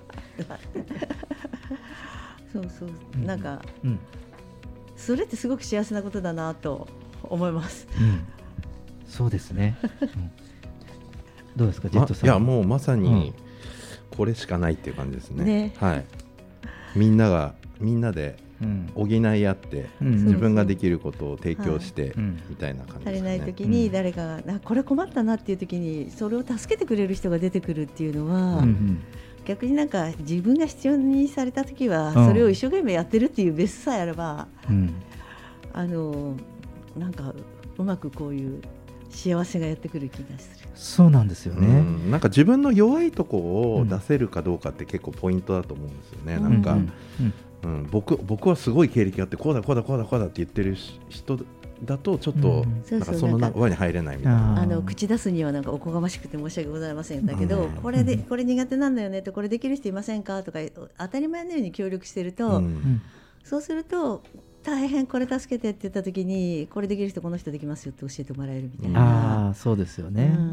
うん、そうそうなんか、うん、それってすごく幸せなことだなと思います、うん、 そうですね、うん、どうですかジェットさん。 いやもうまさに、うんこれしかないっていう感じです ね, ね、はい、みんながみんなで補い合って、うん、自分ができることを提供して、うん、みたいな感じですね。 足りない時に誰かが、うん、これ困ったなっていう時にそれを助けてくれる人が出てくるっていうのは、うん、逆になんか自分が必要にされた時はそれを一生懸命やってるっていうベースさえあれば、うん、あのなんかうまくこういう幸せがやってくる気がする。 そうなんですよね、うん、 なんか自分の弱いところを出せるかどうかって結構ポイントだと思うんですよね、うん、なんか、うんうんうん、僕, 僕はすごい経歴があってこうだこうだこうだこうだって言ってる人だとちょっとなんかその輪に入れないみたいな、 あの口出すにはなんかおこがましくて申し訳ございませんだけど、うん、これでこれ苦手なんだよねってこれできる人いませんかとか当たり前のように協力してると、うん、そうすると大変これ助けてって言った時にこれできる人この人できますよって教えてもらえるみたいな、 うん、あそうですよね、うんうん、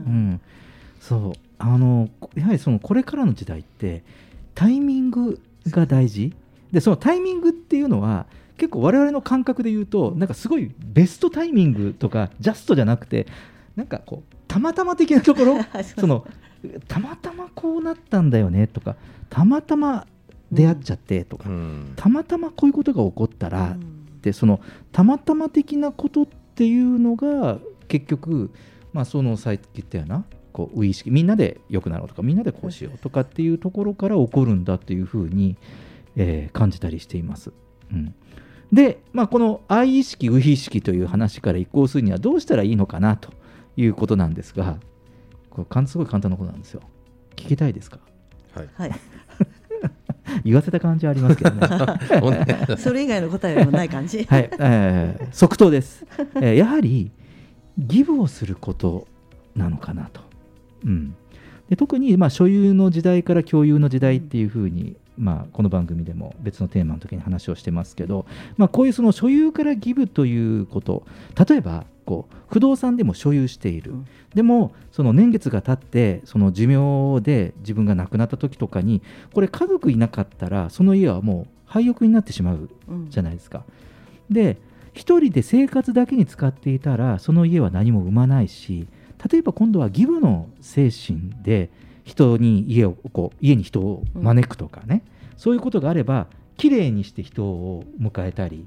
そうあのやはりそのこれからの時代ってタイミングが大事で、そのタイミングっていうのは結構我々の感覚で言うとなんかすごいベストタイミングとかジャストじゃなくてなんかこうたまたま的なところそのたまたまこうなったんだよねとかたまたま出会っちゃってとか、うん、たまたまこういうことが起こったら、うんでそのたまたま的なことっていうのが結局、まあ、そのさっき言ったようなこう無意識みんなで良くなろうとかみんなでこうしようとかっていうところから起こるんだっていうふうに、えー、感じたりしています、うん、で、まあ、この愛意識無意識という話から移行するにはどうしたらいいのかなということなんですが、これすごい簡単なことなんですよ。聞きたいですか？ はい、 はい言わせた感じはありますけどねそれ以外の答えはない感じはい、えー、即答です、えー、やはりギブをすることなのかなと、うん、で特にまあ所有の時代から共有の時代っていうふうに、まあ、この番組でも別のテーマの時に話をしてますけど、まあ、こういうその所有からギブということ、例えばこう不動産でも所有している、うん、でもその年月が経ってその寿命で自分が亡くなった時とかにこれ家族いなかったらその家はもう廃屋になってしまうじゃないですか、うん、で一人で生活だけに使っていたらその家は何も生まないし、例えば今度はギブの精神で人に家をこう家に人を招くとかね、うん、そういうことがあればきれいにして人を迎えたり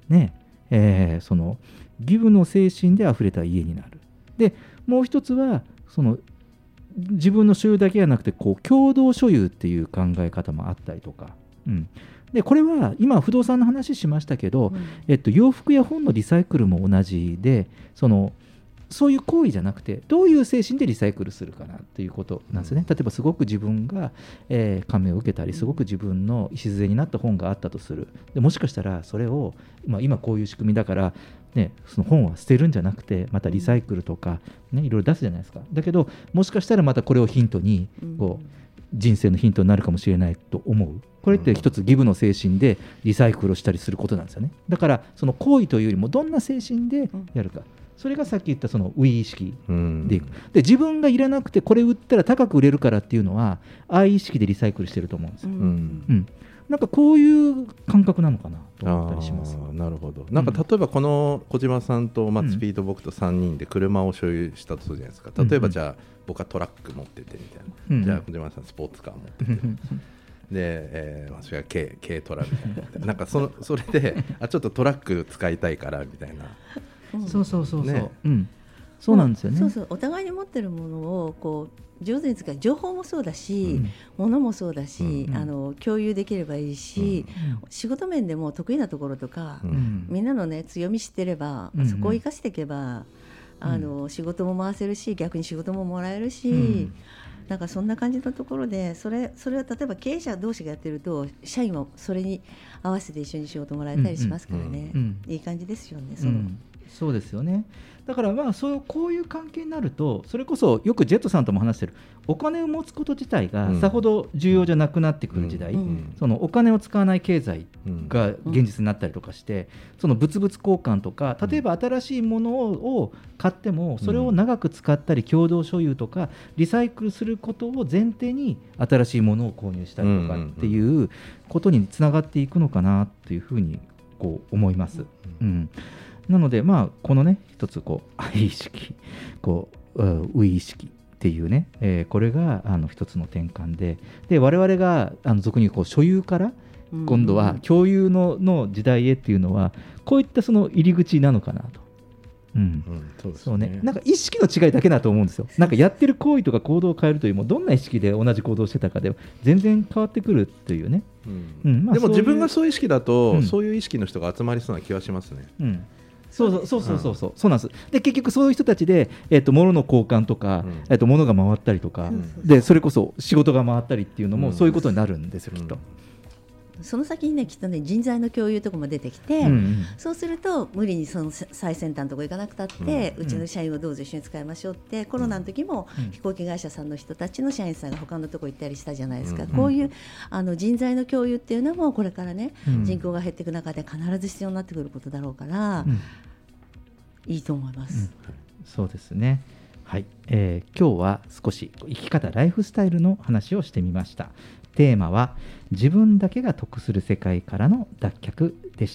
ねえー、そのギブの精神であふれた家になる。でもう一つはその自分の所有だけじゃなくてこう共同所有っていう考え方もあったりとか、うん、でこれは今不動産の話しましたけど、うんえっと、洋服や本のリサイクルも同じでそのそういう行為じゃなくてどういう精神でリサイクルするかなということなんですね、うん、例えばすごく自分が、えー、感銘を受けたりすごく自分の礎になった本があったとする。でもしかしたらそれを、まあ、今こういう仕組みだからね、その本は捨てるんじゃなくてまたリサイクルとか、ね、いろいろ出すじゃないですか。だけどもしかしたらまたこれをヒントにこう人生のヒントになるかもしれないと思う。これって一つギブの精神でリサイクルをしたりすることなんですよね。だからその行為というよりもどんな精神でやるか、それがさっき言ったそのウィ意識でいく。で自分がいらなくてこれ売ったら高く売れるからっていうのは愛意識でリサイクルしてると思うんですよ、うんうんなんかこういう感覚なのかなと思ったりします。 あなるほど。なんか例えばこの小島さんと、まあ、スピード僕とさんにんで車を所有したとするじゃないですか。例えばじゃあ僕はトラック持っててみたいな、うん、じゃあ小島さんスポーツカー持っててで、えー、私は軽、軽トラみたいななんか そ, それであちょっとトラック使いたいからみたいな、 うん、そうそうそうそう、ねうん、そうなんですよね。 そうそうお互いに持ってるものをこう上手に使う情報もそうだし、うん、物もそうだし、うん、あの共有できればいいし、うん、仕事面でも得意なところとか、うん、みんなの、ね、強み知ってれば、うん、そこを生かしていけば、うん、あの仕事も回せるし逆に仕事ももらえるし、うん、なんかそんな感じのところでそれ、それは例えば経営者同士がやってると社員もそれに合わせて一緒に仕事もらえたりしますからね、うんうんうん、いい感じですよね。その、うんそうですよね。だからまあそうこういう関係になるとそれこそよくジェットさんとも話してるお金を持つこと自体がさほど重要じゃなくなってくる時代、うん、そのお金を使わない経済が現実になったりとかして、うん、その物々交換とか例えば新しいものを買ってもそれを長く使ったり共同所有とかリサイクルすることを前提に新しいものを購入したりとかっていうことにつながっていくのかなというふうにこう思います、うんうんなので、まあ、このね一つこう愛意識こうウィ意識っていうね、えー、これがあの一つの転換でで我々があの俗にこう所有から今度は共有 の, の時代へっていうのはこういったその入り口なのかなと、うんうんそうですね、そうね、なんか意識の違いだけだと思うんですよ。なんかやってる行為とか行動を変えるというよりもどんな意識で同じ行動をしてたかで全然変わってくるっていうね、 うんうんまあ、でも自分がそういう意識だと、うん、そういう意識の人が集まりそうな気はしますね、うんそうそうそうそうそうそう、そうなんです。で結局そういう人たちで、えー、と物の交換とか、うんえー、と物が回ったりとか、うん、でそれこそ仕事が回ったりっていうのも、うん、そういうことになるんですよ、うん、きっと。 その先にねきっとね人材の共有とかも出てきて、うんうん、そうすると無理にその最先端のところ行かなくたって、うん、うちの社員をどうぞ一緒に使いましょうって、うん、コロナの時も飛行機会社さんの人たちの社員さんが他のところ行ったりしたじゃないですか、うん、こういうあの人材の共有っていうのもこれからね、うん、人口が減っていく中で必ず必要になってくることだろうから、うん、いいと思います、うん、 そうですね。はい、えー、今日は少し生き方ライフスタイルの話をしてみました。テーマは自分だけが得する世界からの脱却でした。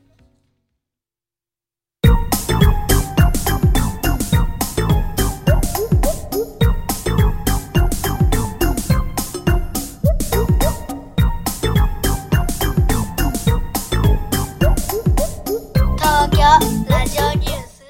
東京ラジオニュース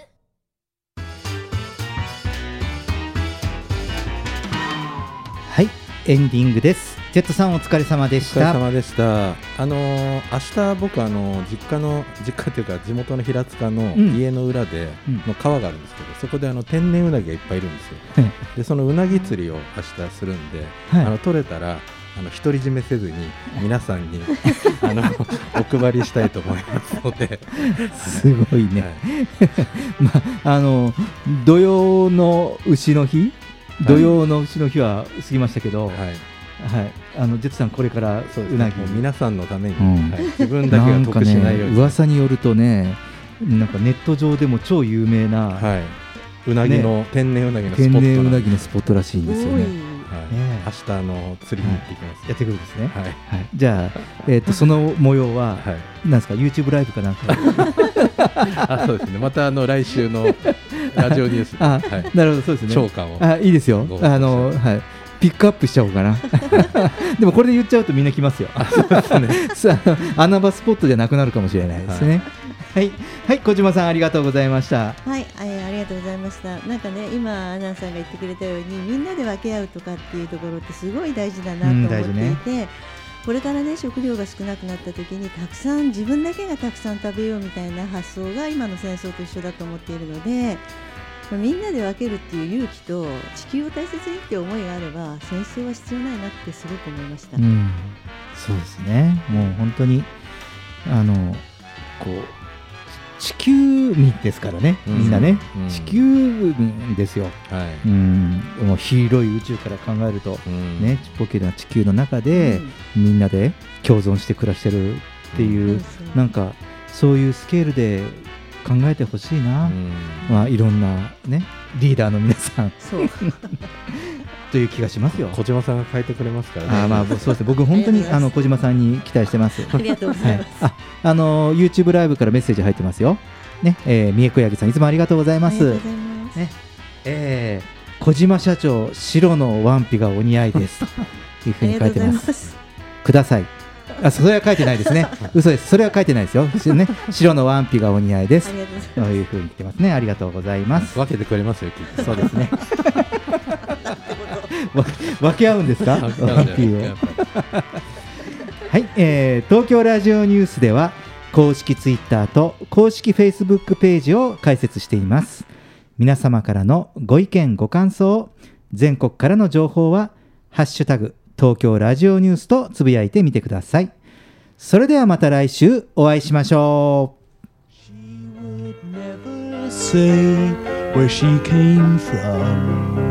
はい、エンディングです。ジェットさんお疲れ様でした。 お疲れ様でした。あのー、明日僕あの実家の実家というか地元の平塚の家の裏での川があるんですけど、うん、そこであの天然ウナギがいっぱいいるんですよ、うん、でそのウナギ釣りを明日するんで、はい、あの取れたらあの独り占めせずに皆さんにあのお配りしたいと思いますのですごいね、はいまあ、あの土曜の牛の日土曜の牛の日は過ぎましたけど、はいはい、あのジェットさんこれからうなぎ皆さんのために、うんはい、自分だけが得しないように、 ね、噂によるとねなんかネット上でも超有名な、はい、 うなぎの、ね、天然うなぎのスポット天然うなぎのスポットらしいんですよね。 はいね、明日の釣りに行ってきます、 はい、やってくるんですね、はいはい、じゃあ、えー、とその模様は、はい、なんですか YouTube ライブかなんかあそうですねまたあの来週のラジオニュースあ、はい、なるほどそうですね長官をあいいですよあの、はい、ピックアップしちゃおうかなでもこれで言っちゃうとみんな来ますよあそうですね穴場スポットじゃなくなるかもしれないですね、はいはい、はい、小島さんありがとうございました。 はい、えー、ありがとうございました。なんかね、今アナウンサーが言ってくれたようにみんなで分け合うとかっていうところってすごい大事だなと思っていて、うんね、これからね食料が少なくなった時にたくさん自分だけがたくさん食べようみたいな発想が今の戦争と一緒だと思っているので、みんなで分けるっていう勇気と地球を大切にって思いがあれば戦争は必要ないなってすごく思いました。 うん、そうですね。もう本当にあのこう地球民ですからね、みんなね、うん、地球民ですよ、はい、うん、もう広い宇宙から考えると、うん、ね、ちっぽけな地球の中で、うん、みんなで共存して暮らしてるっていう、うん、なんかそういうスケールで考えてほしいな、うん、まあ、いろんな、ね、リーダーの皆さんそうという気がしますよ。 小島さんが変えてくれますからね。 あ、まあ、そうですね、僕本当にあの小島さんに期待してます。 ありがとうございます。 はい、あ、あの YouTube ライブからメッセージ入ってますよ、ね、えー、三重小柳さんいつもありがとうございます。ありがとうございます、ね、えー、小島社長白のワンピがお似合いですというふうに書いてます。ください。あ、それは書いてないですね。嘘です。それは書いてないですよ。ね、白のワンピがお似合いです。というふうに言ってますね。ありがとうございます。 分けてくれますよ。 そうですね。分け合うんですか？ワンピを。はい、えー、東京ラジオニュースでは公式ツイッターと公式フェイスブックページを開設しています。皆様からのご意見ご感想、全国からの情報はハッシュタグ東京ラジオニュースとつぶやいてみてください。それではまた来週お会いしましょう。 She would never say where she came from.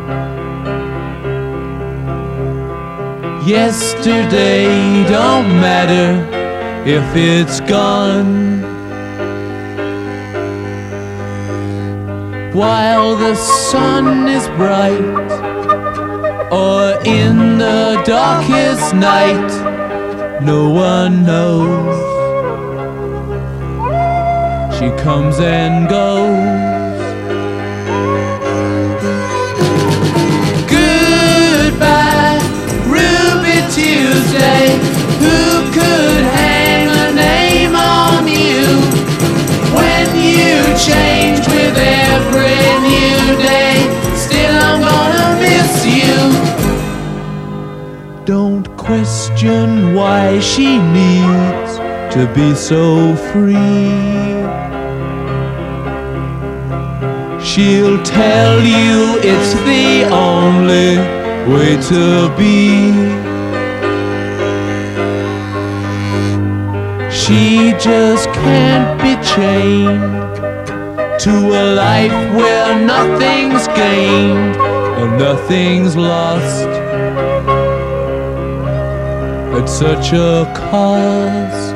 Yesterday don't matter if it's gone. While the sun is bright or in the darkest night, no one knows. She comes and goes. Goodbye, Ruby Tuesday. Who could hang a name on you when you change with every new day? Still I'm gonna miss you. Don't question why she needs to be so free. She'll tell you it's the only way to be. She just can't be chained to a life where nothing's gained and nothing's lost at such a cost.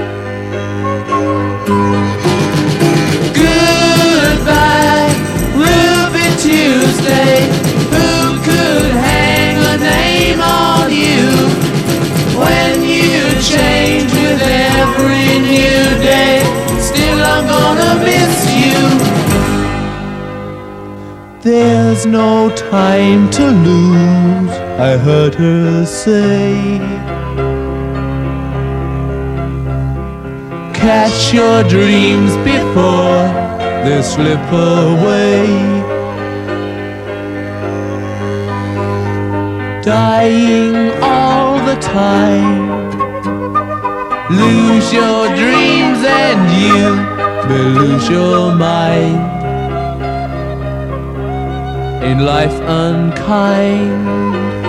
Goodbye, Ruby Tuesday. Who could hang a name on you when you change with every new day? Still I'm gonna miss you. There's no time to lose, I heard her say. Catch your dreams before they slip away. Dying all the time. Lose your dreams and you may lose your mind. In life unkind.